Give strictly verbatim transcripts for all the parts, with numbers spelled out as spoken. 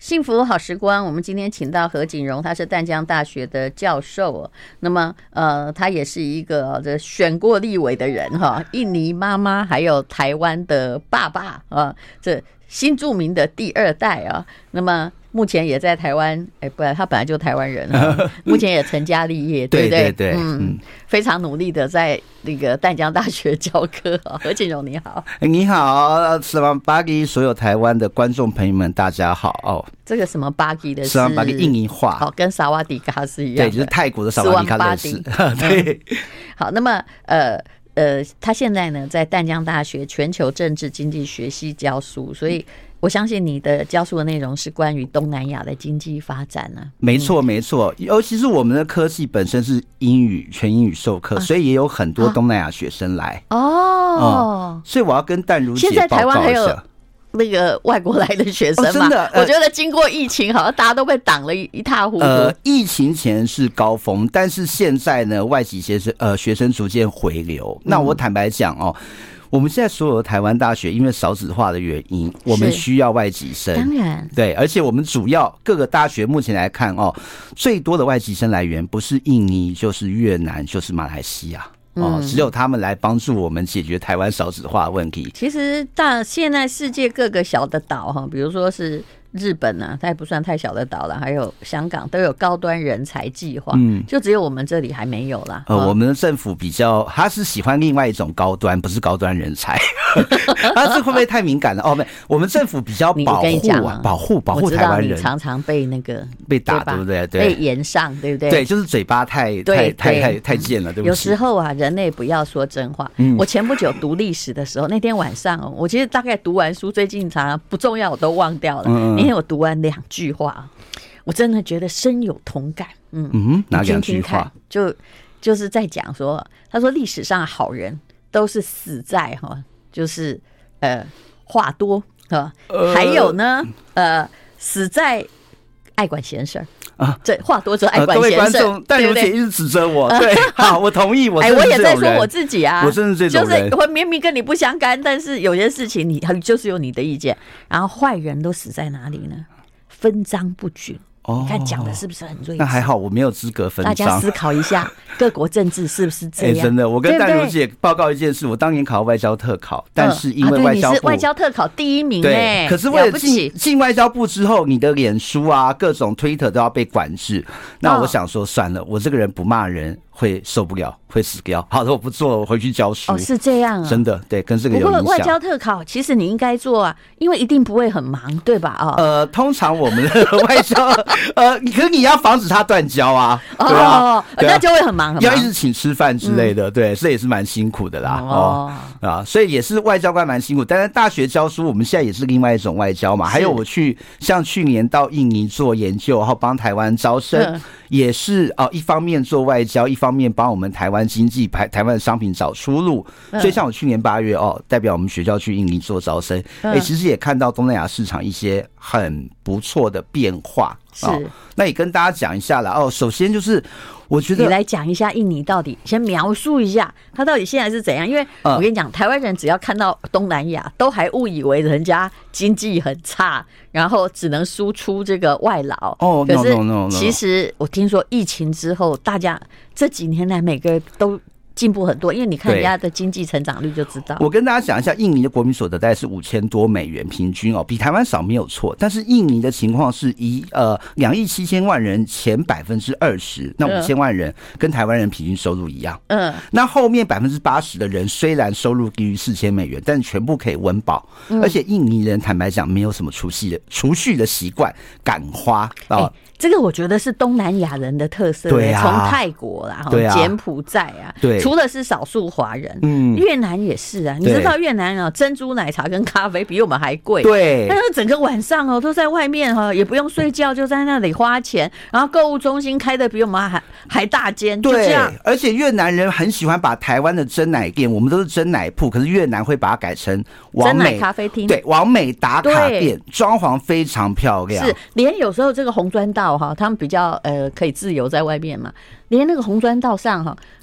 幸福好时光，我们今天请到何锦荣，他是淡江大学的教授。那么，呃，他也是一个这选过立委的人哈，印尼妈妈，还有台湾的爸爸啊，这新住民的第二代啊。那么目前也在台湾，哎，不然他本来就台湾人啊，目前也成家立业，对不对？ 对对对， 嗯，非常努力的在那个淡江大学教课啊。何锦荣你好， 你好，斯瓦巴吉所有台湾的观众朋友们，大家好哦。 这个什么巴吉的是斯瓦巴吉印尼话， 好，跟萨瓦迪卡是一样的， 对，就是泰国的萨瓦迪卡认识。对， 好，那么呃。呃，他现在呢在淡江大学全球政治经济学系教书，所以我相信你的教书的内容是关于东南亚的经济发展呢、啊。 没错，没错，尤其是我们的科系本身是英语全英语授课、啊，所以也有很多东南亚学生来。 哦、嗯， 所以我要跟淡如姐现在台湾报告一下。 那个外国来的学生嘛、哦真的呃、 我觉得经过疫情好像大家都被挡了一塌糊涂。 呃，疫情前是高峰，但是现在呢，外籍学生呃学生逐渐回流。那我坦白讲哦，我们现在所有的台湾大学因为少子化的原因，我们需要外籍生。 当然， 对，而且我们主要各个大学目前来看哦，最多的外籍生来源不是印尼就是越南就是马来西亚。哦，只有他们来帮助我们解决台湾少子化的问题。 其实大现在世界各个小的岛哈，比如说是日本啊，它也不算太小的岛了，还有香港都有高端人才计划，嗯，就只有我们这里还没有啦。 呃，我们的政府比较，他是喜欢另外一种高端，不是高端人才。他这会不会太敏感了？哦，没，我们政府比较保护啊，保护保护台湾人。 我知道你常常被那个被打，对不对？对， 被延上，对不对？ 对，就是嘴巴太太太太太贱了，对不起。 有时候啊，人类不要说真话。嗯、我前不久读历史的时候，那天晚上哦，我其实大概读完书，最近常常不重要我都忘掉了。嗯、那天我读完两句话，我真的觉得深有同感。嗯嗯，哪两句话？ 就就是在讲说，他说历史上好人都是死在哈，就是呃话多啊，还有呢呃死在爱管闲事儿。啊，这话多就爱管闲事。 呃、各位观众，淡如姐一直指责我，对，好，我同意，我哎，我也在说我自己啊， 我真是这种人， 就是我明明跟你不相干，但是有些事情你就是有你的意见。然后坏人都死在哪里呢？分赃不均。哦、你看讲的是不是很睿智？ 那还好，我没有资格分赃。 大家思考一下，各国政治是不是这样？ 欸、真的，我跟淡如姐报告一件事，我当年考外交特考，但是因为外交部、 嗯啊、你是外交特考第一名哎、欸， 可是为了进进外交部之后，你的脸书啊、各种 Twitter 都要被管制。那我想说，算了，哦、我这个人不骂人会受不了，会死掉。好的，我不做了，我回去教书。 哦，是这样啊， 真的，对，跟这个有影响。 不过外交特考其实你应该做啊，因为一定不会很忙，对吧？哦， 呃，通常我们的外交，呃，可是你要防止他断交啊，对啊， 哦、对啊，那就会很忙，很忙， 要一直请吃饭之类的，嗯、对，这也是蛮辛苦的啦。哦，哦啊，所以也是外交官蛮辛苦。但是大学教书，我们现在也是另外一种外交嘛。还有我去像去年到印尼做研究，然后帮台湾招生。嗯，也是哦，一方面做外交，一方面帮我们台湾经济、台台湾的商品找出路。所以像我去年八月哦，代表我们学校去印尼做招生，哎、欸，其实也看到东南亚市场一些很不错的变化。 是， 哦、那也跟大家讲一下啦。哦，首先就是我觉得你来讲一下印尼到底，先描述一下它到底现在是怎样。因为我跟你讲，台湾人只要看到东南亚，都还误以为人家经济很差，然后只能输出这个外劳。 哦， 可是 no, no, no, no. 其实我听说疫情之后，大家这几年来每个都进步很多，因为你看人家的经济成长率就知道。 我跟大家讲一下，印尼的国民所得大概是五千多美元平均哦，比台湾少没有错。但是印尼的情况是以呃两亿七千万人前百分之二十，那五千万人跟台湾人平均收入一样。嗯，那后面百分之八十的人虽然收入低于四千美元，但全部可以温饱。嗯、而且印尼人坦白讲没有什么储蓄的储蓄的习惯，敢花啊。欸这个我觉得是东南亚人的特色，对啊，从泰国啦，对啊，柬埔寨啊，对，除了是少数华人，嗯，越南也是啊。你知道越南啊，珍珠奶茶跟咖啡比我们还贵，对，但是整个晚上哦都在外面哈，也不用睡觉，就在那里花钱，然后购物中心开的比我们还还大间，就这样。 而且越南人很喜欢把台湾的珍奶店，我们都是珍奶铺，可是越南会把它改成完美珍奶咖啡厅， 对，完美打卡店，装潢非常漂亮， 是连有时候这个红砖道哈，他们比较呃可以自由在外面嘛，连那个红砖道上哈，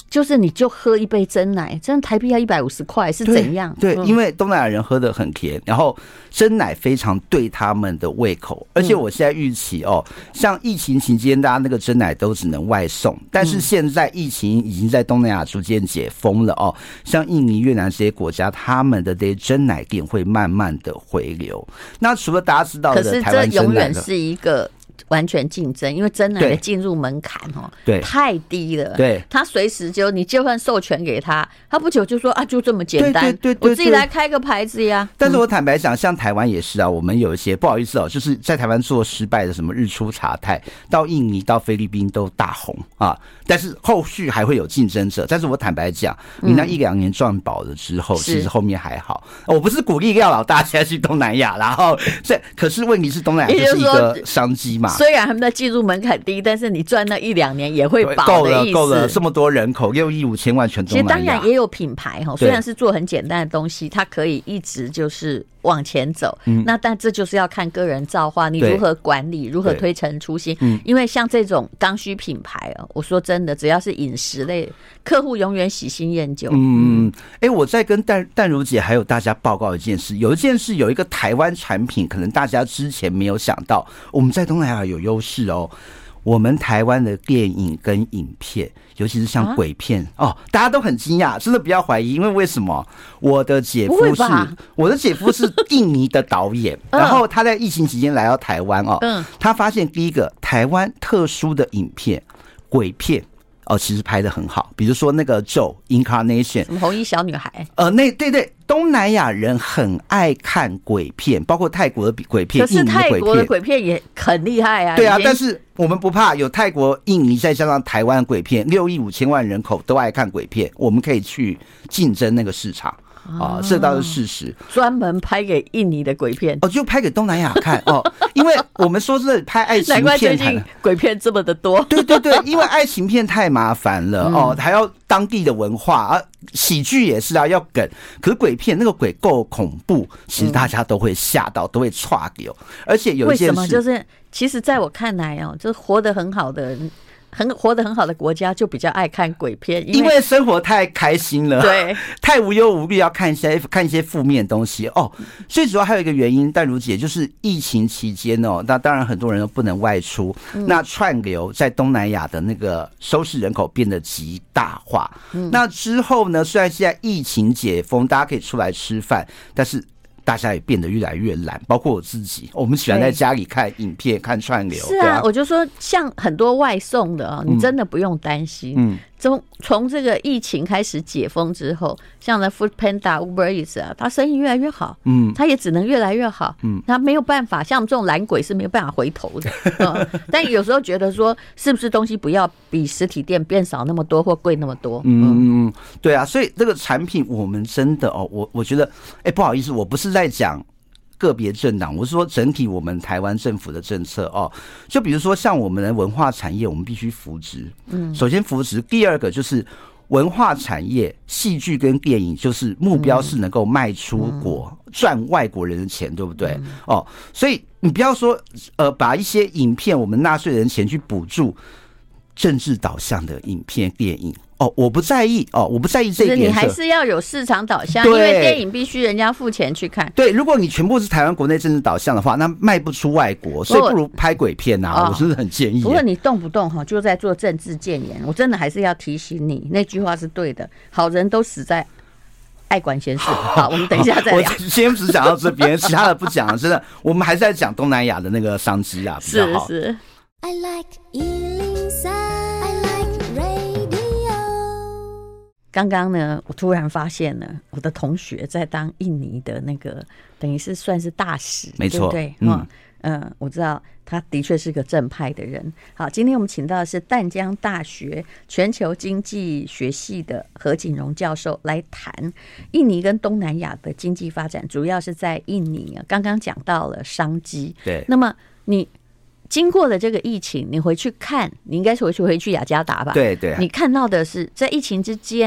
就是你就喝一杯珍奶，真的台币要一百五十块是怎样？ 对，对嗯、 因为东南亚人喝得很甜，然后珍奶非常对他们的胃口，而且我现在预期哦，像疫情期间大家那个珍奶都只能外送，但是现在疫情已经在东南亚逐渐解封了哦，像印尼、越南这些国家，他们的这些珍奶店会慢慢的回流。那除了大家知道的台湾珍奶， 可是这永远是一个完全竞争，因为珍奶的进入门槛哦，对，太低了。 对， 他随时就你就算授权给他，他不久就说啊，就这么简单， 对对对对对， 我自己来开个牌子呀。 但是我坦白讲，像台湾也是啊，我们有一些不好意思哦，就是在台湾做失败的什么日出茶太，到印尼、到菲律宾都大红啊，但是后续还会有竞争者。但是我坦白讲，你那一两年赚饱了之后，嗯、其实后面还好。我不是鼓励要老大现在去东南亚，然后这可是问题是东南亚就是一个商机嘛。 虽然他们的进入门槛低，但是你赚那一两年也会饱够的意思。 了，够了，这么多人口，六亿五千万全东南亚。 其实当然也有品牌哈，虽然是做很简单的东西，它可以一直就是往前走。嗯、那但这就是要看个人造化，你如何管理，如何推陈出新。嗯、因为像这种刚需品牌哦，我说真的，只要是饮食类，客户永远喜新厌旧。 嗯，哎、欸，我在跟淡淡如姐还有大家报告一件事，有一件事有一个台湾产品，可能大家之前没有想到，我们在东南亚有优势哦。我们台湾的电影跟影片，尤其是像鬼片、啊、哦，大家都很惊讶，真的不要怀疑，因为为什么？我的姐夫是我的姐夫是印尼的导演，然后他在疫情期间来到台湾哦，嗯，他发现第一个台湾特殊的影片鬼片。哦，其实拍得很好，比如说那个咒 Incarnation， 什么红衣小女孩， 呃，那对对，东南亚人很爱看鬼片，包括泰国的鬼片， 可是泰国的鬼片也很厉害啊。 对啊，但是我们不怕，有泰国、印尼，再加上台湾鬼片，六亿五千万人口都爱看鬼片，我们可以去竞争那个市场。啊，这倒是事实。 专门拍给印尼的鬼片， 哦，就拍给东南亚看哦。因为我们说是拍爱情片， 难怪最近鬼片这么的多。 对对对，因为爱情片太麻烦了、嗯、哦，还要当地的文化啊，喜剧也是啊，要梗。可是鬼片那个鬼够恐怖，其实大家都会吓到，嗯、都会岔掉。而且有一件事，为什么？ 就是其实在我看来哦，就是活得很好的人。很活得很好的国家就比较爱看鬼片， 因 为, 因为生活太开心了， 对， 太无忧无虑，要看一些看一些负面东西哦。最主要还有一个原因，淡如姐就是疫情期间哦，那当然很多人都不能外出，嗯、那串流在东南亚的那个收视人口变得极大化。嗯、那之后呢，虽然现在疫情解封，大家可以出来吃饭，但是大家也变得越来越懒，包括我自己，我们喜欢在家里看影片、看串流。 是啊，啊我就说像很多外送的啊，你真的不用担心。嗯，从从这个疫情开始解封之后，像那 Foodpanda、Uber Eats 啊，它生意越来越好。嗯，它也只能越来越好。嗯，它没有办法，像我们这种懒鬼是没有办法回头的。嗯、但有时候觉得说，是不是东西不要比实体店变少那么多或贵那么多？ 嗯嗯，对啊，所以这个产品我们真的哦，我我觉得，哎、欸，不好意思，我不是在讲个别政党，我是说整体我们台湾政府的政策哦。就比如说像我们的文化产业，我们必须扶植。嗯，首先扶植，第二个就是文化产业，戏剧跟电影，就是目标是能够卖出国，赚外国人的钱，对不对？哦，所以你不要说呃，把一些影片我们纳税人钱去补助政治导向的影片、电影。哦，我不在意哦，我不在意这一点。 你还是要有市场导向，因为电影必须人家付钱去看。 对，如果你全部是台湾国内政治导向的话，那卖不出外国，所以不如拍鬼片啊！我是不是很建议？ 不过你动不动哈就在做政治谏言，我真的还是要提醒你，那句话是对的，好人都死在爱管闲事。好，我们等一下再聊。 我先只讲到这边，其他的不讲了。真的，我们还是在讲东南亚的那个商机啊，比较好。 是是。I like 一零三 I like radio。刚刚呢，我突然发现了，我的同学在当印尼的那个，等于是算是大使， 没错， 对不对？嗯嗯，我知道他的确是个正派的人。好，今天我们请到的是淡江大学全球经济学系的何锦荣教授来谈印尼跟东南亚的经济发展，主要是在印尼啊。刚刚讲到了商机， 对， 那么你。经过了这个疫情，你回去看，你应该是回去回去雅加达吧？ 对对。 你看到的是在疫情之间，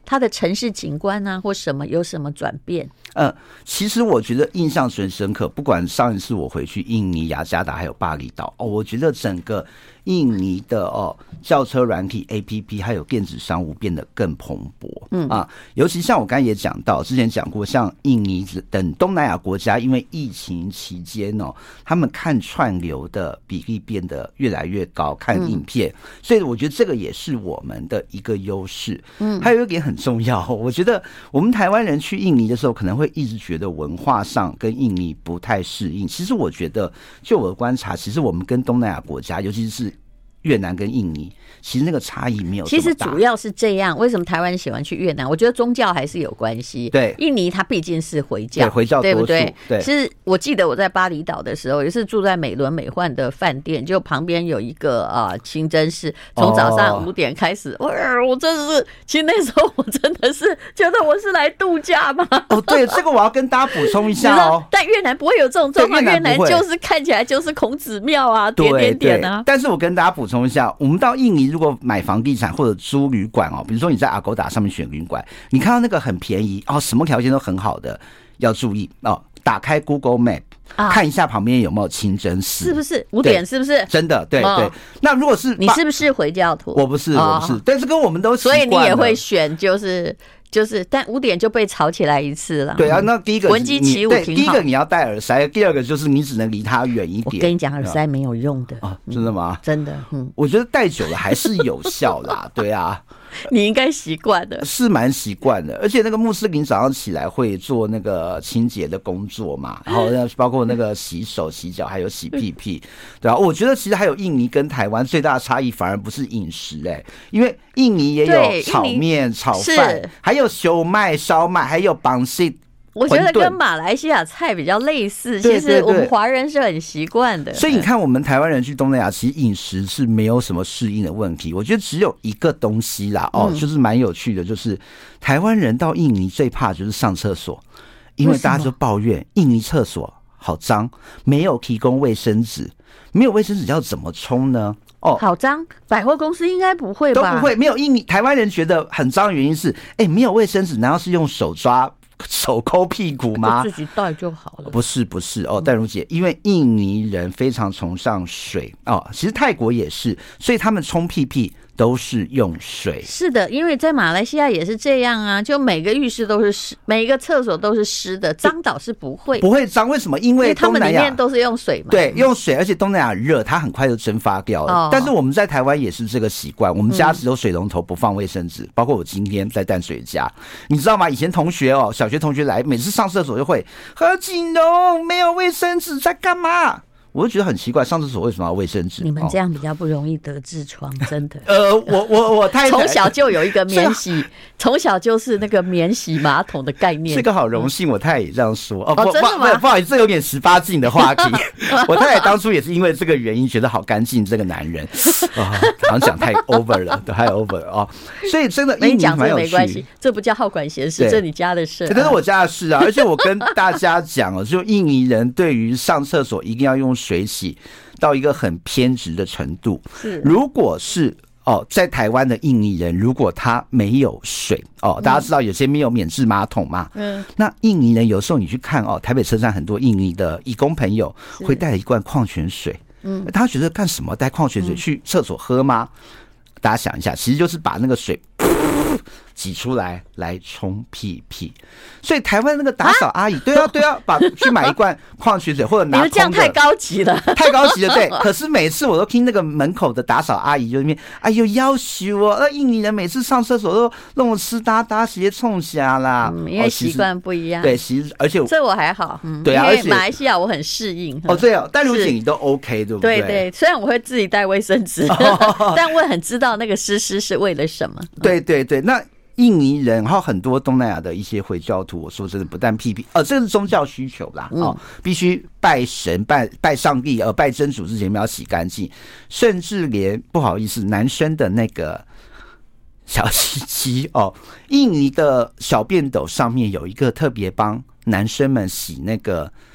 它的城市景观啊或什么有什么转变？ 呃，其实我觉得印象最深刻，不管上一次我回去印尼、雅加达还有巴厘岛哦，我觉得整个印尼的哦轿车软体 A P P 还有电子商务变得更蓬勃，嗯啊，尤其像我刚才也讲到，之前讲过，像印尼等东南亚国家，因为疫情期间哦，他们看串流的比例变得越来越高，看影片，嗯、所以我觉得这个也是我们的一个优势。嗯，还有一点很重要，我觉得我们台湾人去印尼的时候，可能会一直觉得文化上跟印尼不太适应。其实我觉得，就我的观察，其实我们跟东南亚国家，尤其是越南跟印尼，其实那个差异没有这么大。其实主要是这样，为什么台湾人喜欢去越南？我觉得宗教还是有关系。 对， 印尼它毕竟是回教， 对回教多数， 对不对？ 对。 其实我记得我在巴厘岛的时候，也是住在美轮美奂的饭店，就旁边有一个啊、呃、清真寺，从早上五点开始，哇、哦，我真的是，其实那时候我真的是觉得我是来度假嘛。 哦，对，这个我要跟大家补充一下哦。 但越南不会有这种状况，越南就是看起来就是孔子庙啊，点点点啊。 但是我跟大家补充一下，我们到印尼如果买房地产或者租旅馆哦，比如说你在 Agoda 上面选旅馆，你看到那个很便宜哦，什么条件都很好的，要注意哦，打开 Google Map、啊、看一下旁边有没有清真寺， 是不是五点？是不是真的？对、哦、对。那如果是你是不是回教徒？ 我不是，我不是，哦、但是跟我们都习惯了， 所以你也会选就是。就是，但五点就被吵起来一次了。 对啊，那第一个闻鸡起舞挺好。 第一个你要戴耳塞，第二个就是你只能离它远一点。 我跟你讲，耳塞没有用的啊，真的吗？ 真的，嗯， 我觉得戴久了还是有效啦。对啊， 你应该习惯的， 是蛮习惯的。而且那个穆斯林早上起来会做那个清洁的工作嘛，然后包括那个洗手、洗脚，还有洗屁屁，对啊，我觉得其实还有印尼跟台湾最大的差异，反而不是饮食哎、欸，因为印尼也有炒面、炒饭，还有烧麦、烧麦，还有绑西。 我觉得跟马来西亚菜比较类似，其实我们华人是很习惯的。 所以你看，我们台湾人去东南亚，其实饮食是没有什么适应的问题。我觉得只有一个东西啦，哦，嗯、就是蛮有趣的，就是台湾人到印尼最怕就是上厕所，因为大家就抱怨印尼厕所好脏，没有提供卫生纸，没有卫生纸要怎么冲呢？ 哦，好脏！百货公司应该不会吧？ 都不会，没有印尼台湾人觉得很脏的原因是，哎、欸，没有卫生纸，难道是用手抓？手抠屁股吗？ 自己带就好了。 不是不是哦，淡如姐，因为印尼人非常崇尚水哦，其实泰国也是，所以他们冲屁屁都是用水。 是的，因为在马来西亚也是这样啊，就每个浴室都是湿，每一个厕所都是湿的，脏倒是不会， 不会脏。为什么？因为他们里面都是用水嘛。 对，用水，而且东南亚热，它很快就蒸发掉了。哦、但是我们在台湾也是这个习惯，我们家只有水龙头不放卫生纸，嗯、包括我今天在淡水家，你知道吗？以前同学哦，小学同学来，每次上厕所就会何锦荣没有卫生纸在干嘛？我就觉得很奇怪，上厕所为什么要卫生纸？ 你们这样比较不容易得痔疮，真的。 呃，我我我太太从小就有一个免洗，从小就是那个免洗马桶的概念。 这个好荣幸，我太太也这样说。哦， 哦真的吗？ 不, 不好意思，这有点十八禁的话题。我太太当初也是因为这个原因，觉得好干净这个男人啊，好像讲太 over 了，太 over 了哦。所以真的， 你讲这没关系，这不叫好管闲事，这你家的事、啊， 这是我家的事啊。而且我跟大家讲哦，就印尼人对于上厕所一定要用水洗到一个很偏执的程度。如果是哦，在台湾的印尼人，如果他没有水哦，大家知道有些没有免治马桶嘛，嗯，那印尼人有时候你去看哦，台北车站很多印尼的义工朋友会带了一罐矿泉水，嗯，他觉得干什么带矿泉水去厕所喝吗？大家想一下，其实就是把那个水挤出来来冲屁屁，所以台湾那个打扫阿姨，啊对啊对啊，把去买一罐矿泉水或者拿空的， 你们这样太高级了， 太高级了，对。可是每次我都听那个门口的打扫阿姨就那边，哎呦要求哦，那印尼人每次上厕所都弄得湿哒哒，直接冲下啦， 嗯，因为习惯不一样。 对，其实而且这我还好，嗯， 对啊， 因为马来西亚我很适应。 哦，对哦，但如姐你都 OK 对不对？ 对对，虽然我会自己带卫生纸，但我很知道那个湿湿是为了什么。 对对对，那。印尼人，然后很多东南亚的一些回教徒，我说真的，不但屁屁，呃，这是宗教需求啦，哦，必须拜神、拜拜上帝，呃，拜真主之前要洗干净，甚至连不好意思，男生的那个小鸡鸡哦，印尼的小便斗上面有一个特别帮男生们洗那个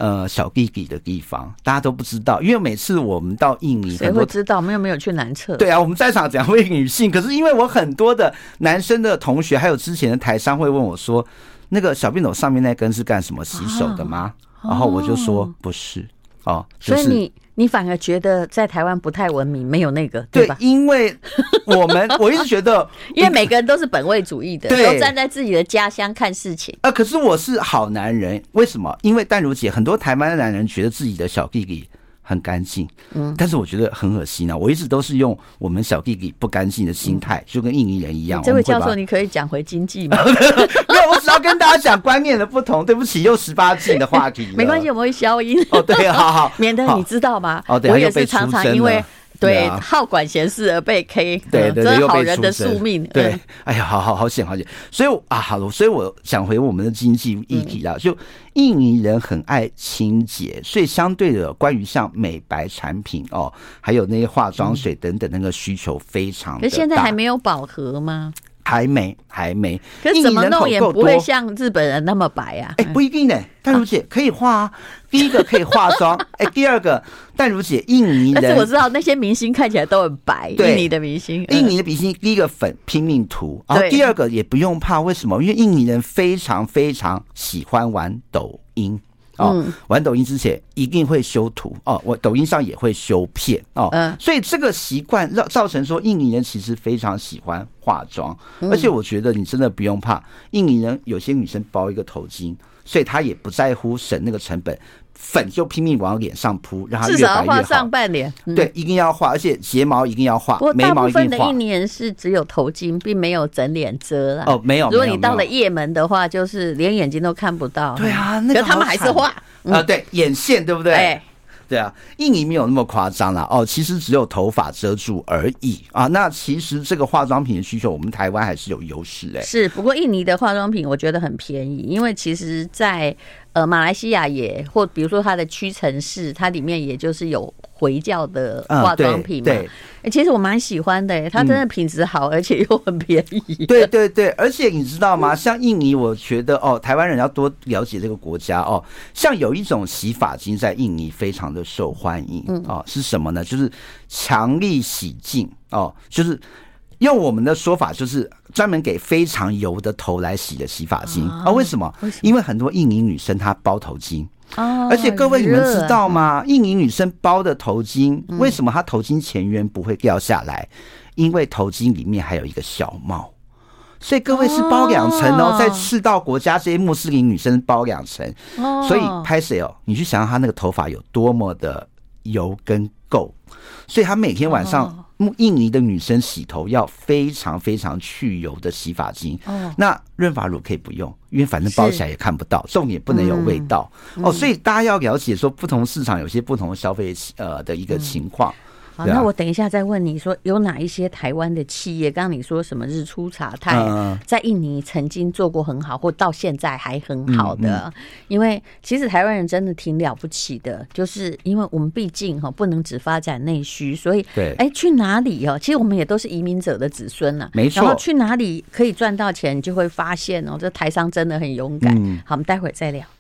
呃小弟弟的地方，大家都不知道，因为每次我们到印尼， 谁会知道？我们又没有去南侧。 对啊，我们在场两位女性，可是因为我很多的男生的同学，还有之前的台商会问我说，那个小便斗上面那根是干什么？洗手的吗？哦、然后我就说不是哦，就是、 所以你。你反而觉得在台湾不太文明，没有那个，对吧？ 对，因为我们我一直觉得， 因为每个人都是本位主义的，都站在自己的家乡看事情。 呃，可是我是好男人，为什么？因为淡如姐，很多台湾的男人觉得自己的小弟弟很干净，嗯，但是我觉得很恶心啊！我一直都是用我们小弟弟不干净的心态，嗯、就跟印尼人一样。 这位教授，你可以讲回经济吗？ 没有，我只要跟大家讲观念的不同。对不起，又十八禁的话题了。 没关系，我们会消音。 哦，对，好好， 免得你知道吗？ 哦，对， 我也是常常因为。对，好管闲事而被 K， 对对对， 这是好人的宿命。 对，哎呀，好好好险好险！所以啊，好了，所以我想回我们的经济议题啦。就印尼人很爱清洁，所以相对的，关于像美白产品哦，还有那些化妆水等等，那个需求非常的大。 可是现在还没有饱和吗？ 还没，还没。 可是怎么弄也不会像日本人那么白啊！ 哎、欸，不一定呢、欸。淡如姐可以化啊，第一个可以化妆，哎、欸，第二个，淡如姐印尼人， 但是我知道那些明星看起来都很白，印尼的明星， 印尼的明星，第一个粉拼命涂，然后第二个也不用怕，为什么？因为印尼人非常非常喜欢玩抖音。哦、嗯，玩抖音之前一定会修图哦，我抖音上也会修片哦，嗯，所以这个习惯让造成说印尼人其实非常喜欢化妆，嗯、而且我觉得你真的不用怕，印尼人有些女生包一个头巾，所以她也不在乎省那个成本，粉就拼命往脸上扑，让它越白越好。 至少要画上半脸，嗯、 对，一定要画，而且睫毛一定要画，眉毛一定画。大部分的印尼人是只有头巾，并没有整脸遮啦。 哦，没有。 如果你到了夜门的话，就是连眼睛都看不到。 对啊，那个可他们还是画。 啊、呃，对，眼线对不对？ 哎， 对啊，印尼没有那么夸张啦，哦，其实只有头发遮住而已啊。那其实这个化妆品的需求，我们台湾还是有优势哎。 是，不过印尼的化妆品我觉得很便宜，因为其实在呃马来西亚也或比如说它的屈臣氏，它里面也就是有回教的化妆品嘛。嗯、对。欸、其实我蛮喜欢的、欸，它真的品质好，嗯、而且又很便宜。 对对对，而且你知道吗？像印尼，我觉得哦，台湾人要多了解这个国家哦。像有一种洗发精在印尼非常的受欢迎、嗯、哦，是什么呢？就是强力洗净哦，就是用我们的说法，就是专门给非常油的头来洗的洗发精啊、哦。为什么？为什么？因为很多印尼女生她包头巾。哦、而且各位，你们知道吗？印尼女生包的头巾，为什么她头巾前缘不会掉下来？因为头巾里面还有一个小帽，所以各位是包两层哦。在赤道国家，这些穆斯林女生包两层，所以拍谁哦？你去想想她那个头发有多么的油跟垢，所以她每天晚上。印尼的女生洗头要非常非常去油的洗发精，哦、那润发乳可以不用，因为反正包起来也看不到，重点不能有味道、嗯、哦。所以大家要了解说，不同市场有些不同的消费呃的一个情况。嗯好， 那我等一下再问你说，有哪一些台湾的企业？刚刚你说什么日出茶太、嗯、在印尼曾经做过很好，或到现在还很好的？嗯嗯、因为其实台湾人真的挺了不起的，就是因为我们毕竟哈不能只发展内需，所以对，哎，去哪里哦？其实我们也都是移民者的子孙啊， 没错。 然后去哪里可以赚到钱，你就会发现哦，这台商真的很勇敢。嗯、好，我们待会儿再聊。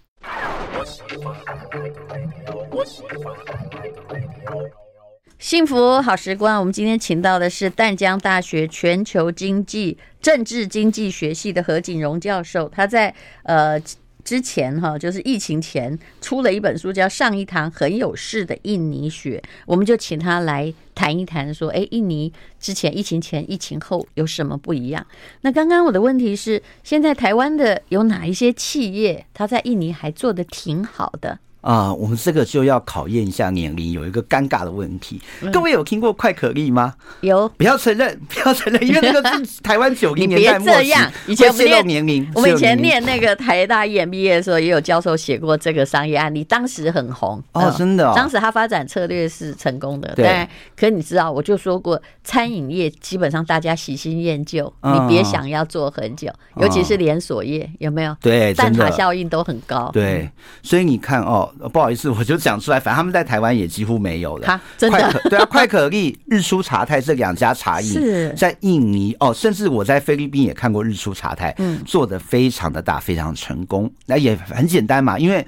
幸福好时光，我们今天请到的是淡江大学全球经济政治经济学系的何锦荣教授，他在呃之前哈，就是疫情前出了一本书，叫《上一堂很有事的印尼学》，我们就请他来谈一谈，说，哎，印尼之前疫情前、疫情后有什么不一样？那刚刚我的问题是，现在台湾的有哪一些企业，他在印尼还做得挺好的？ 啊、呃，我们这个就要考验一下年龄，有一个尴尬的问题。嗯、各位有听过快可丽吗？ 有， 不要承认，不要承认，因为那个是台湾九零年代末期。 你别这样，以前我们念年龄， 我们以前念那个台大 E M B A 的时候，也有教授写过这个商业案例，当时很红哦，真的、哦。 当时他发展策略是成功的，对。可你知道，我就说过，餐饮业基本上大家喜新厌旧，嗯、你别想要做很久，尤其是连锁业，有没有？ 对， 蛋挞效应都很高。 对，所以你看哦，不好意思，我就。就讲出来，反正他们在台湾也几乎没有了。 真的， 对啊，快可丽、日出茶太这两家茶饮在印尼哦，甚至我在菲律宾也看过日出茶太，嗯，做得非常的大，非常成功。那也很简单嘛，因为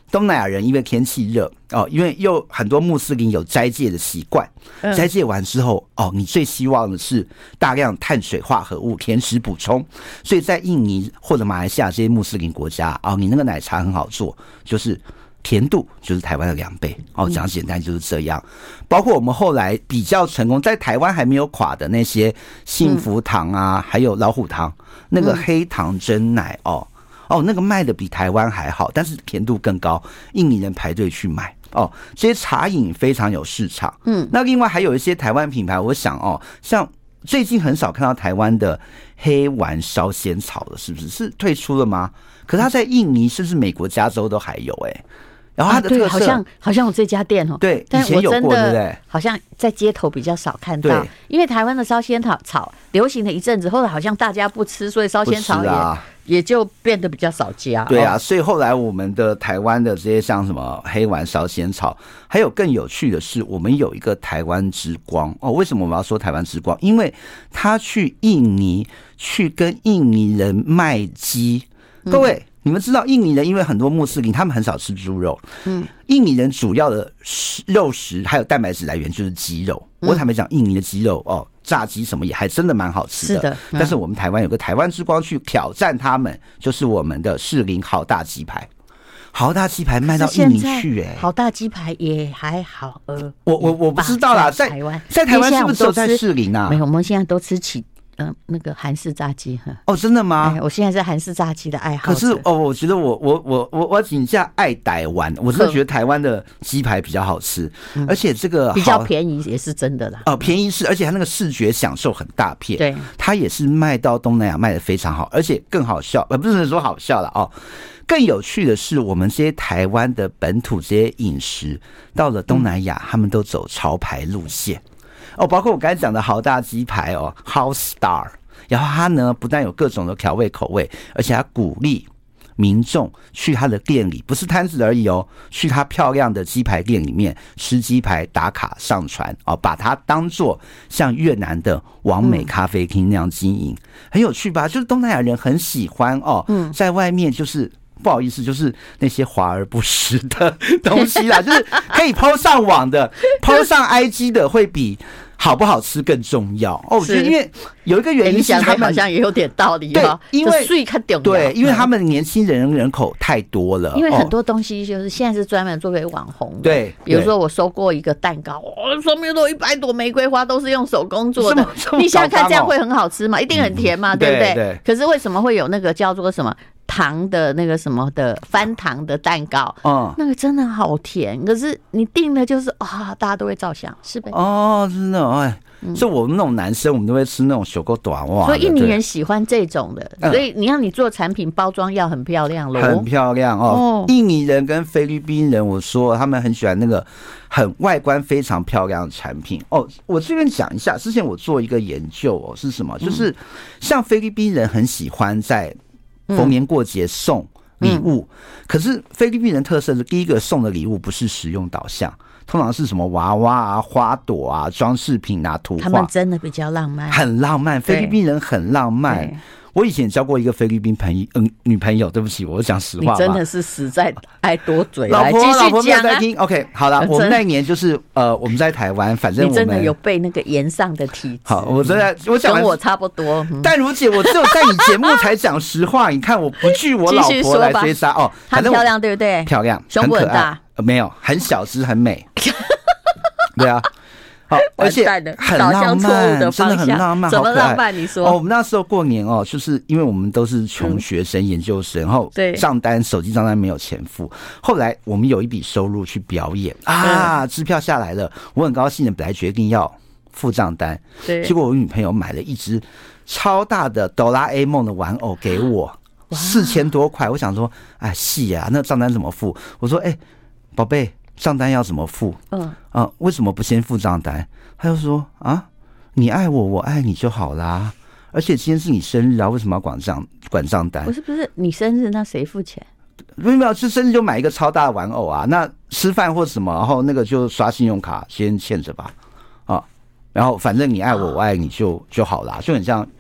东南亚人因为天气热哦，因为又很多穆斯林有斋戒的习惯，斋戒完之后哦，你最希望的是大量碳水化合物、甜食补充，所以在印尼或者马来西亚这些穆斯林国家哦，你那个奶茶很好做，就是甜度就是台湾的两倍哦，讲简单就是这样。包括我们后来比较成功，在台湾还没有垮的那些幸福堂啊，还有老虎堂那个黑糖珍奶哦。哦，那个卖的比台湾还好，但是甜度更高，印尼人排队去买哦。这些茶饮非常有市场，嗯，那另外还有一些台湾品牌，我想哦，像最近很少看到台湾的黑丸烧仙草了，是不是？是退出了吗？可是它在印尼甚至美国加州都还有哎、欸。然后它的特色、啊、 好像好像有这家店哦， 对，以前有过，对不对？ 好像在街头比较少看到，因为台湾的烧仙草草流行了一阵子，后来好像大家不吃，所以烧仙草也、啊、也就变得比较少加。 对啊，所以后来我们的台湾的这些像什么黑丸烧仙草，还有更有趣的是，我们有一个台湾之光哦。为什么我们要说台湾之光？因为他去印尼去跟印尼人卖鸡，各位。嗯，你们知道印尼人因为很多穆斯林他们很少吃猪肉，嗯，印尼人主要的肉食还有蛋白质来源就是鸡肉。我坦白讲，印尼的鸡肉哦，炸鸡什么也还真的蛮好吃的。 是的， 嗯、但是我们台湾有个台湾之光去挑战他们，就是我们的士林豪大鸡排。豪大鸡排卖到印尼去、欸，哎， 豪大鸡排也还好。呃， 我我我不知道啦，在台湾，在台湾是不是只有在士林啊？ 没有，我们现在都吃起。嗯，那个韩式炸鸡哦，真的吗？ 哎、我现在是韩式炸鸡的爱好者。 可是哦，我觉得我我我我我请假爱台湾，我真的觉得台湾的鸡排比较好吃，嗯、而且这个比较便宜也是真的啦。 哦，便宜是，而且它那个视觉享受很大片。 对， 它也是卖到东南亚卖的非常好，而且更好笑，呃，不是说好笑了哦。更有趣的是，我们这些台湾的本土这些饮食，到了东南亚，嗯、他们都走潮牌路线。哦，包括我刚才讲的豪大鸡排哦 ，House Star， 然后它呢不但有各种的调味口味，而且它鼓励民众去他的店里，不是摊子而已哦，去他漂亮的鸡排店里面吃鸡排打卡上传哦，把它当作像越南的网美咖啡厅那样经营，嗯、很有趣吧？就是东南亚人很喜欢哦，嗯、在外面就是。不好意思，就是那些华而不实的东西啦，就是可以 po 上网的 po 上 I G 的会比好不好吃更重要哦。我觉得因为有一个原因是他们好像也有点道理哈， 因为对， 因为他们年轻人人口太多了， 因为很多东西就是现在是专门作为网红的， 对， 比如说我收过一个蛋糕，哦，上面都一百朵玫瑰花，都是用手工做的，你想想看这样会很好吃吗？一定很甜嘛，嗯、对不对？对。可是为什么会有那个叫做什么？糖的那个什么的翻糖的蛋糕，嗯，那个真的好甜，可是你订了就是啊，大家都会照相，是呗？ 哦，真的哎，所以我们那种男生，我们都会吃那种小够短袜， 所以印尼人喜欢这种的，所以你让你做产品包装要很漂亮咯， 很漂亮哦。哦印尼人跟菲律宾人，我说他们很喜欢那个很外观非常漂亮的产品哦。我这边讲一下，之前我做一个研究哦，是什么？就是像菲律宾人很喜欢在逢年过节送礼物，嗯、可是菲律宾人特色是第一个送的礼物不是实用导向，通常是什么娃娃啊、花朵啊、装饰品啊、图画。 他们真的比较浪漫， 很浪漫。菲律宾人很浪漫。我以前交过一个菲律宾朋友，嗯，女朋友。对不起，我讲实话。 你真的是实在爱多嘴。 老婆，老婆没有在听。 啊、 OK， 好了，我们那一年就是呃，我们在台湾，反正我们你真的有被那个炎上的体质。 好，我真的我讲跟我差不多。 嗯、但如姐，我只有在你节目才讲实话。你看，我不惧我老婆来追杀哦。 她漂亮，对不对？ 漂亮， 胸部很大。 呃，没有，很小只，很美。对啊。好，而且很浪漫，真的很浪漫， 怎么浪漫？你说哦，我们那时候过年哦，就是因为我们都是穷学生、嗯、研究生，然后账单、手机账单没有钱付。后来我们有一笔收入去表演啊，支票下来了，我很高兴的，本来决定要付账单，对，结果我女朋友买了一只超大的哆啦 A 梦的玩偶给我，四千多块。我想说，哎，是啊，那账单怎么付？我说，哎，宝贝。账单要怎么付？嗯啊，为什么不先付账单？他就说啊，你爱我，我爱你就好啦。而且今天是你生日啊，为什么要管账管账单？ 不是不是，你生日那谁付钱？ 没有，是生日就买一个超大的玩偶啊。那吃饭或什么，然后那个就刷信用卡先欠着吧。啊，然后反正你爱我，我爱你就就好啦，就很像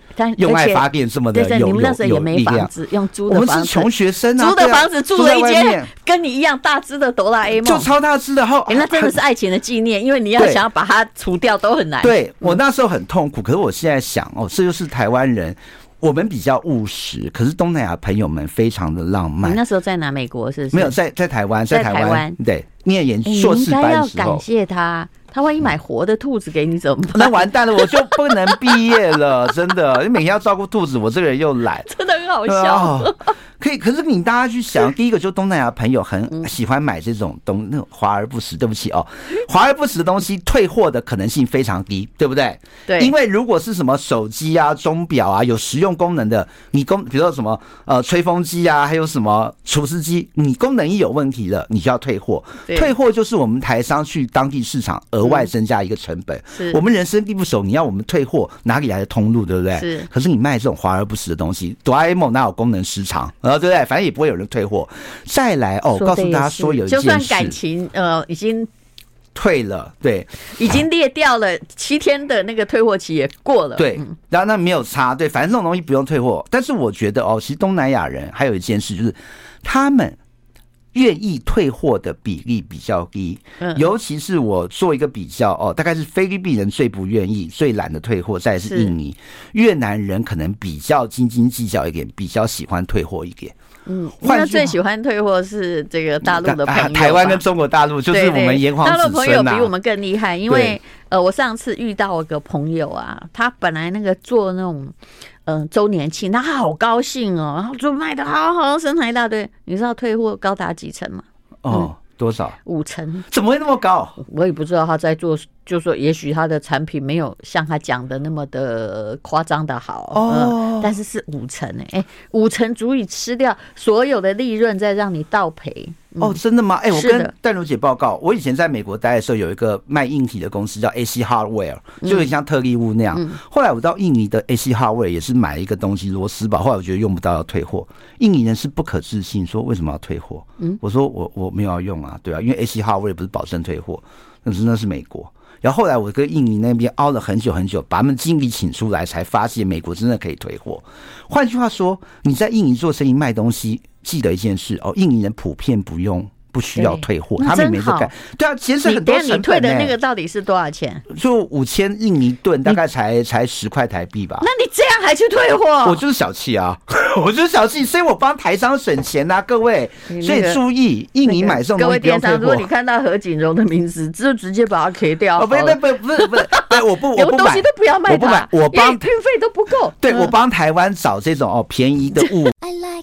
用爱发电这么的有有有力量。 你们那时候也没房子，用租的房子。 我们是穷学生啊， 租的房子住了一间跟你一样大只的哆啦 A 梦， 就超大只的。后、 欸、那真的是爱情的纪念，因为你要想要把它除掉都很难。 对，我那时候很痛苦，可是我现在想哦，这就是台湾人。我们比较务实，可是东南亚朋友们非常的浪漫。 你那时候在哪？美国是不是？ 没有，在在台湾，在台湾。台湾对，念研硕士班的时候，欸、你应该要感谢他。他万一买活的兔子给你怎么办？ 那完蛋了，我就不能毕业了，真的。你每天要照顾兔子，我这个人又懒， 真的很好笑。 哦、可以，可是你大家去想，第一个就东南亚朋友很喜欢买这种东那种华而不实。对不起哦，华而不实的东西退货的可能性非常低，对不对？ 对， 因为如果是什么手机啊、钟表啊有实用功能的，你功比如说什么呃吹风机啊，还有什么除湿机，你功能一有问题了，你就要退货。退货就是我们台商去当地市场额外增加一个成本。嗯、我们人生地不熟，你要我们退货，哪里来的通路，对不对？ 是。 可是你卖这种华而不实的东西，哆啦 A 梦哪有功能失常？然后对不对？反正也不会有人退货。再来哦，告诉大家说有一件事， 就算感情呃已经退了，对， 已经裂掉了，七天的那个退货期也过了， 对，然后那没有差，对，反正这种东西不用退货。但是我觉得哦，其实东南亚人还有一件事，就是他们愿意退货的比例比较低，嗯、尤其是我做一个比较哦，大概是菲律宾人最不愿意、最懒得退货，再来是印尼、越南人可能比较斤斤计较一点，比较喜欢退货一点。 嗯，那最喜欢退货是这个大陆的朋友、啊， 台湾跟中国大陆就是我们炎黄子孙、啊、 大陆朋友比我们更厉害，因为呃，我上次遇到一个朋友啊，他本来那个做那种嗯、呃、周年庆，他好高兴哦，然后就卖的好好，生产一大堆。你知道退货高达几成吗？ 哦。嗯多少？ 五成？怎么会那么高？ 我也不知道他在做，就说也许他的产品没有像他讲的那么的夸张的好哦、嗯，但是是五成哎、欸，五成足以吃掉所有的利润，再让你倒赔。嗯、 哦，真的吗？哎、欸，我跟淡如姐报告，我以前在美国待的时候，有一个卖硬体的公司叫 A C Hardware， 就有点像特力屋那样。嗯、后来我到印尼的 A C Hardware 也是买一个东西螺丝宝，后来我觉得用不到要退货，印尼人是不可置信，说为什么要退货？嗯，我说我我没有要用啊，对啊，因为 A C Hardware 不是保证退货，那是那是美国。然后后来我跟印尼那边熬了很久很久，把他们经理请出来，才发现美国真的可以退货。换句话说，你在印尼做生意卖东西，记得一件事哦，印尼人普遍不用不需要退货，他们没这干。对啊，节省很多成本、欸。 你退的那个到底是多少钱？ 就五千印尼盾，大概才才十块台币吧。 那你这样还去退货？ 我就是小气啊，我就是小气，所以我帮台商省钱啊，各位。所以注意，印尼买这种东西不用退货。各位电商， 如果你看到何锦荣的名字，就直接把它 K 掉。 哦，不不不不是不是，对，我不我不买， 东西都不要卖它， 我不买，我帮运费都不够。 对，我帮台湾找这种哦便宜的物。I like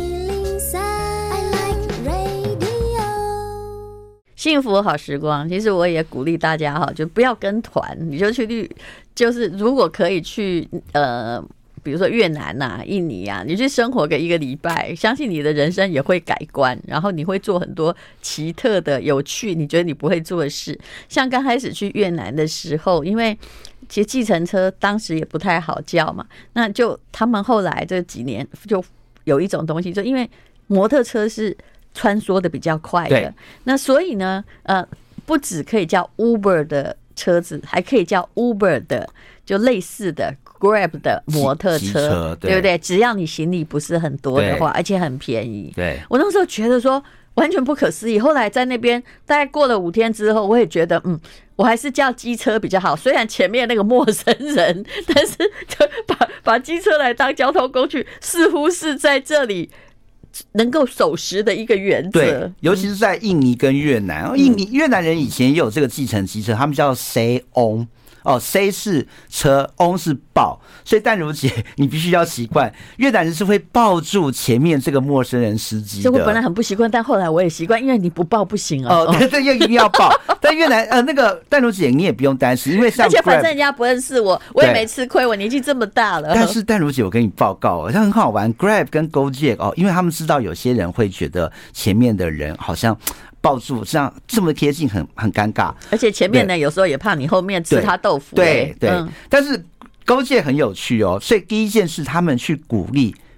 幸福好时光，其实我也鼓励大家哈，就不要跟团，你就去，就是如果可以去呃，比如说越南呐、啊、印尼啊，你去生活个一个礼拜，相信你的人生也会改观，然后你会做很多奇特的、有趣，你觉得你不会做的事。像刚开始去越南的时候，因为其实计程车当时也不太好叫嘛，那就他们后来这几年就有一种东西，就因为摩托车是穿梭的比较快的，那所以呢，呃，不只可以叫 Uber 的车子，还可以叫 Uber 的，就类似的 Grab 的摩托车， 对, 对不对？只要你行李不是很多的话，而且很便宜。 对， 我那时候觉得说完全不可思议。后来在那边大概过了五天之后，我也觉得，嗯，我还是叫机车比较好。虽然前面那个陌生人，但是把把机车来当交通工具，似乎是在这里能够守时的一个原则。 对，尤其是在印尼跟越南，嗯、印尼越南人以前也有这个计程机车，他们叫 Say On。哦 ，C 是车 ，On 是抱，所以淡如姐，你必须要习惯，越南人是会抱住前面这个陌生人司机的。 所以我本来很不习惯，但后来我也习惯，因为你不抱不行啊。 哦，对对，又一定要抱。但越南呃，那个淡如姐你也不用担心，因为像 Grab, 而且反正人家不认识我，我也没吃亏，我年纪这么大了。 但是淡如姐，我跟你报告，好像很好玩 ，Grab 跟 Gojek 哦，因为他们知道有些人会觉得前面的人好像抱住这样这么贴近很很尴尬， 而且前面呢有时候也怕你后面吃他豆腐、欸。 对对、嗯，但是Gojek很有趣哦，所以第一件事他们去鼓励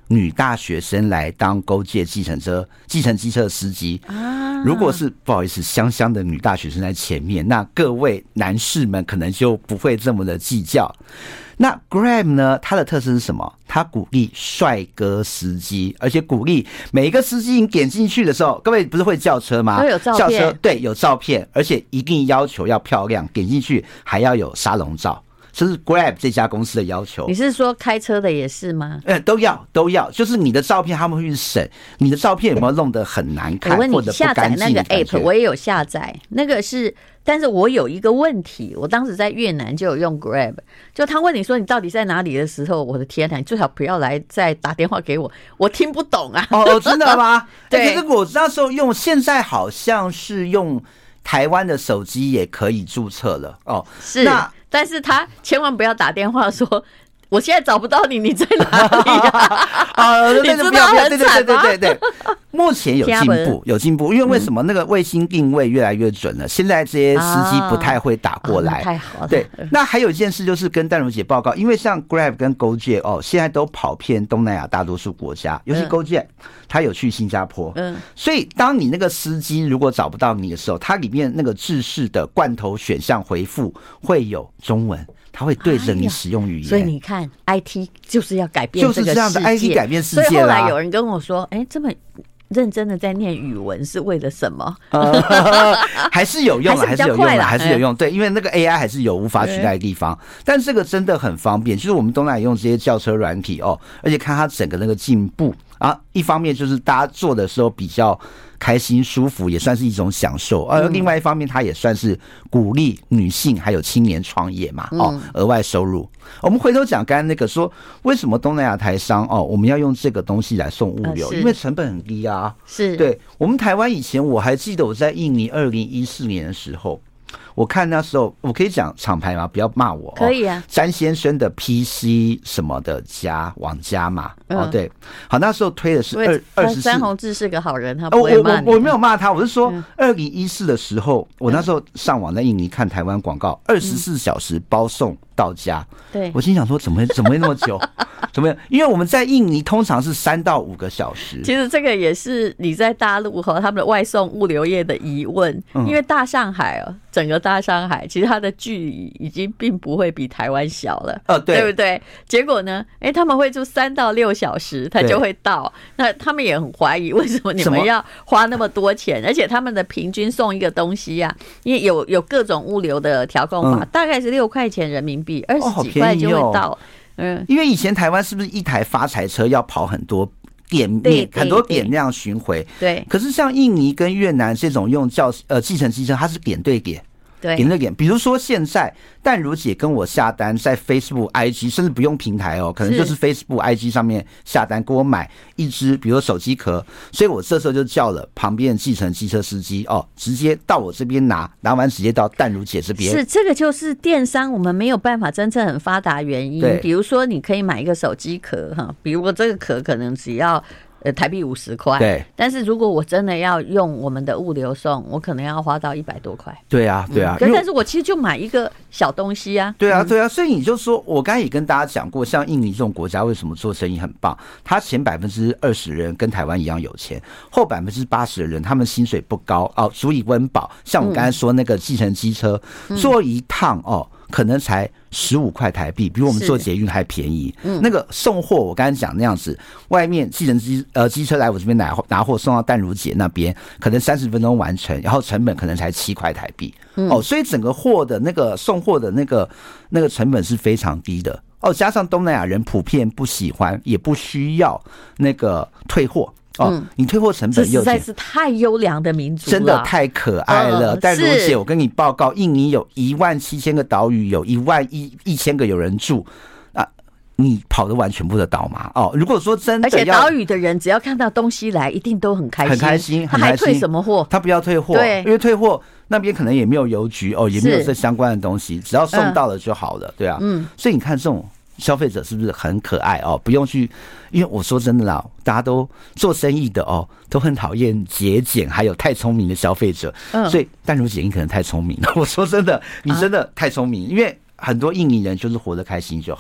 女大学生来当Gojek计程车、计程机车司机啊。如果是不好意思，香香的女大学生在前面，那各位男士们可能就不会这么的计较。那 Grab 呢？它的特色是什么？它鼓励帅哥司机，而且鼓励每一个司机你点进去的时候，各位不是会叫车吗？ 都有照片， 叫车对，有照片，而且一定要求要漂亮，点进去还要有沙龙照。这是 Grab 这家公司的要求。 你是说开车的也是吗？ 呃，都要都要，就是你的照片他们会去审，你的照片有没有弄得很难看或者不下载那个 app， 我也有下载，那个是，但是我有一个问题，我当时在越南就有用 Grab， 就他问你说你到底在哪里的时候，我的天哪，你最好不要来再打电话给我，我听不懂啊。 哦，真的吗？ 对、 欸，可是我那时候用，现在好像是用台湾的手机也可以注册了哦。 是，那但是他千万不要打电话说我现在找不到你，你在哪里啊？啊， 你知道很惨吗？对对对对对，目前有进步，有进步，因为为什么那个卫星定位越来越准了？现在这些司机不太会打过来， 哦、太好了。 对，那还有一件事就是跟淡如姐报告，因为像 Grab 跟 Gojek 哦，现在都跑遍东南亚大多数国家，尤其 Gojek，他有去新加坡，嗯，所以当你那个司机如果找不到你的时候，它里面那个制式的罐头选项回复会有中文。他会对着你使用语言、哎， 所以你看 I T 就是要改变这个世界， 就是这样的 I T 改变世界啦。 所以后来有人跟我说：“哎、欸，这么认真的在念语文是为了什么？” 呃、还是有用了，还是有用了，还是有用。 欸、 对，因为那个 A I 还是有无法取代的地方，但这个真的很方便。就是我们东南亚用这些轿车软体哦，而且看它整个那个进步啊，一方面就是大家做的时候比较开心舒服，也算是一种享受。而另外一方面，它也算是鼓励女性还有青年创业嘛，哦，额外收入。我们回头讲刚才那个说，为什么东南亚台商哦，我们要用这个东西来送物流，因为成本很低啊。 是， 对我们台湾以前，我还记得我在印尼二零一四年的时候。我看那时候，我可以讲厂牌吗？不要骂我。 可以啊。 詹先生的 P C 什么的家网家嘛，嗯、哦对，好，那时候推的是二二十四。 詹宏志是个好人，他不会骂你、 哦、我我我没有骂他，我是说二零一四的时候，我那时候上网在印尼看台湾广告，二十四小时包送到家。 对、嗯， 我心想说，怎么怎么会那么久？怎么样？因为我们在印尼通常是三到五个小时。 其实这个也是你在大陆和他们的外送物流业的疑问，嗯、因为大上海哦，整个大上海其实它的距离已经并不会比台湾小了， 呃，对， 对不对？结果呢，哎、欸，他们会就三到六小时，它就会到。那他们也很怀疑，为什么你们要花那么多钱？而且他们的平均送一个东西啊，因为有有各种物流的调控法，嗯、大概是六块钱人民币，二十几块就会到。哦嗯，因为以前台湾是不是一台发财车要跑很多点面很多点那样巡回？ 对。 可是像印尼跟越南这种用叫呃计程机车，它是点对点。 对， 点对点。比如说现在淡如姐跟我下单，在 Facebook、I G， 甚至不用平台哦，可能就是 Facebook、I G 上面下单，给我买一只，比如说手机壳，所以我这时候就叫了旁边的计程机车司机哦，直接到我这边拿，拿完直接到淡如姐这边。 是，这个就是电商我们没有办法真正很发达原因。比如说，你可以买一个手机壳哈，比如说这个壳可能只要。呃，台币五十块， 对。 但是如果我真的要用我们的物流送，我可能要花到一百多块。 对啊，对啊。 嗯、但是我其实就买一个小东西啊。 对啊，对啊。所以你就说，我刚才也跟大家讲过，像印尼这种国家为什么做生意很棒？他前百分之二十人跟台湾一样有钱，后百分之八十的人他们薪水不高哦，足以温饱。像我刚才说那个计程机车，嗯、坐一趟哦。可能才十五块台币，比我们坐捷运还便宜。嗯，那个送货我刚才讲那样子，外面计程机呃机车来我这边拿拿货送到淡如姐那边，可能三十分钟完成，然后成本可能才七块台币。嗯、哦，所以整个货的那个送货的那个那个成本是非常低的。哦，加上东南亚人普遍不喜欢，也不需要那个退货。哦，嗯、你退货成本又实在是太优良的民族了， 真的太可爱了。但如姐，我跟你报告，印尼有一万七千个岛屿，有一万一一千个有人住啊，你跑得完全部的岛吗？哦，如果说真的要， 而且岛屿的人只要看到东西来，一定都很开心， 很开心， 他还退什么货？ 他不要退货，对，因为退货那边可能也没有邮局哦，也没有这相关的东西，只要送到了就好了，嗯、对啊，嗯，所以你看这种。消费者是不是很可爱哦？不用去，因为我说真的啦，大家都做生意的哦，都很讨厌节俭还有太聪明的消费者。嗯，所以淡如姐你可能太聪明了。我说真的，你真的太聪明，啊、因为很多印尼人就是活得开心就好。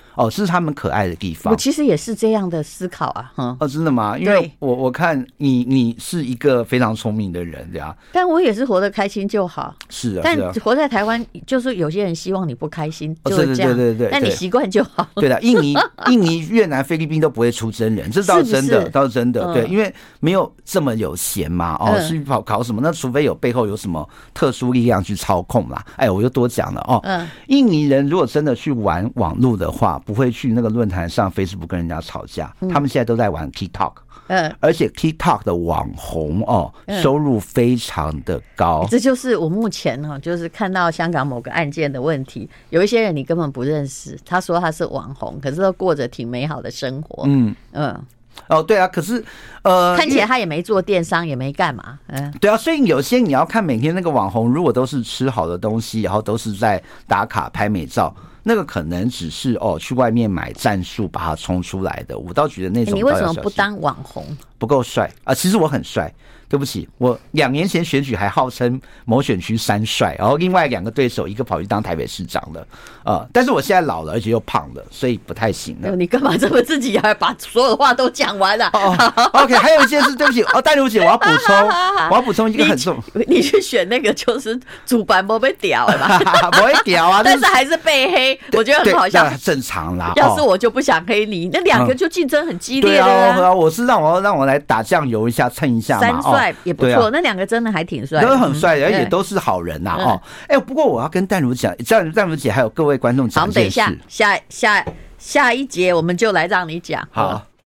哦，是他们可爱的地方。 我其实也是这样的思考啊，嗯， 哦，真的吗？因为我我看你你是一个非常聪明的人，这样。 但我也是活得开心就好。 是啊， 但是啊活在台湾，就是有些人希望你不开心，就是这样。 哦、对对对对对。 但你习惯就好。 对的，印尼、印尼、越南、菲律宾都不会出真人，这倒是真的，是是倒是真的。嗯、对，因为没有这么有闲嘛，哦， 嗯、 去跑搞什么？那除非有背后有什么特殊力量去操控啦。哎，我就多讲了哦。嗯。印尼人如果真的去玩网络的话，不会去那个论坛上 Facebook 跟人家吵架，嗯、他们现在都在玩 TikTok。嗯，而且 TikTok 的网红哦，收入非常的高。 这就是我目前哦，就是看到香港某个案件的问题，有一些人你根本不认识，他说他是网红，可是都过着挺美好的生活。嗯嗯。 哦，对啊，可是呃， 看起来他也没做电商，也没干嘛。嗯， 对啊，所以有些你要看每天那个网红，如果都是吃好的东西，然后都是在打卡拍美照。那个可能只是哦，去外面买战术把它冲出来的，我倒觉得那种、欸。 你为什么不当网红？ 不够帅啊！其实我很帅，对不起，我两年前选举还号称某选区三帅，然后另外两个对手一个跑去当台北市长了，呃，但是我现在老了，而且又胖了，所以不太行了。 你干嘛这么自己还把所有话都讲完了、啊？ 哦 ，OK， 还有一件事，对不起，哦，戴茹姐，我要补充，我要补充一个很重， 你, 你去选那个就是主板不被屌了吧？ 不会屌啊， 但是还是被黑，我觉得很好笑， 正常啦。 要是我就不想黑你，那两个就竞争很激烈的、啊嗯。对啊，我是让我让我来打酱油一下，蹭一下嘛。 三帅也不错、哦啊，那两个真的还挺帅， 都很帅的，而且都是好人呐、啊。哦，哎、欸，不过我要跟淡如讲，淡淡如姐还有各位观众讲一件事。 好，等一下，下下下一节我们就来让你讲。 好。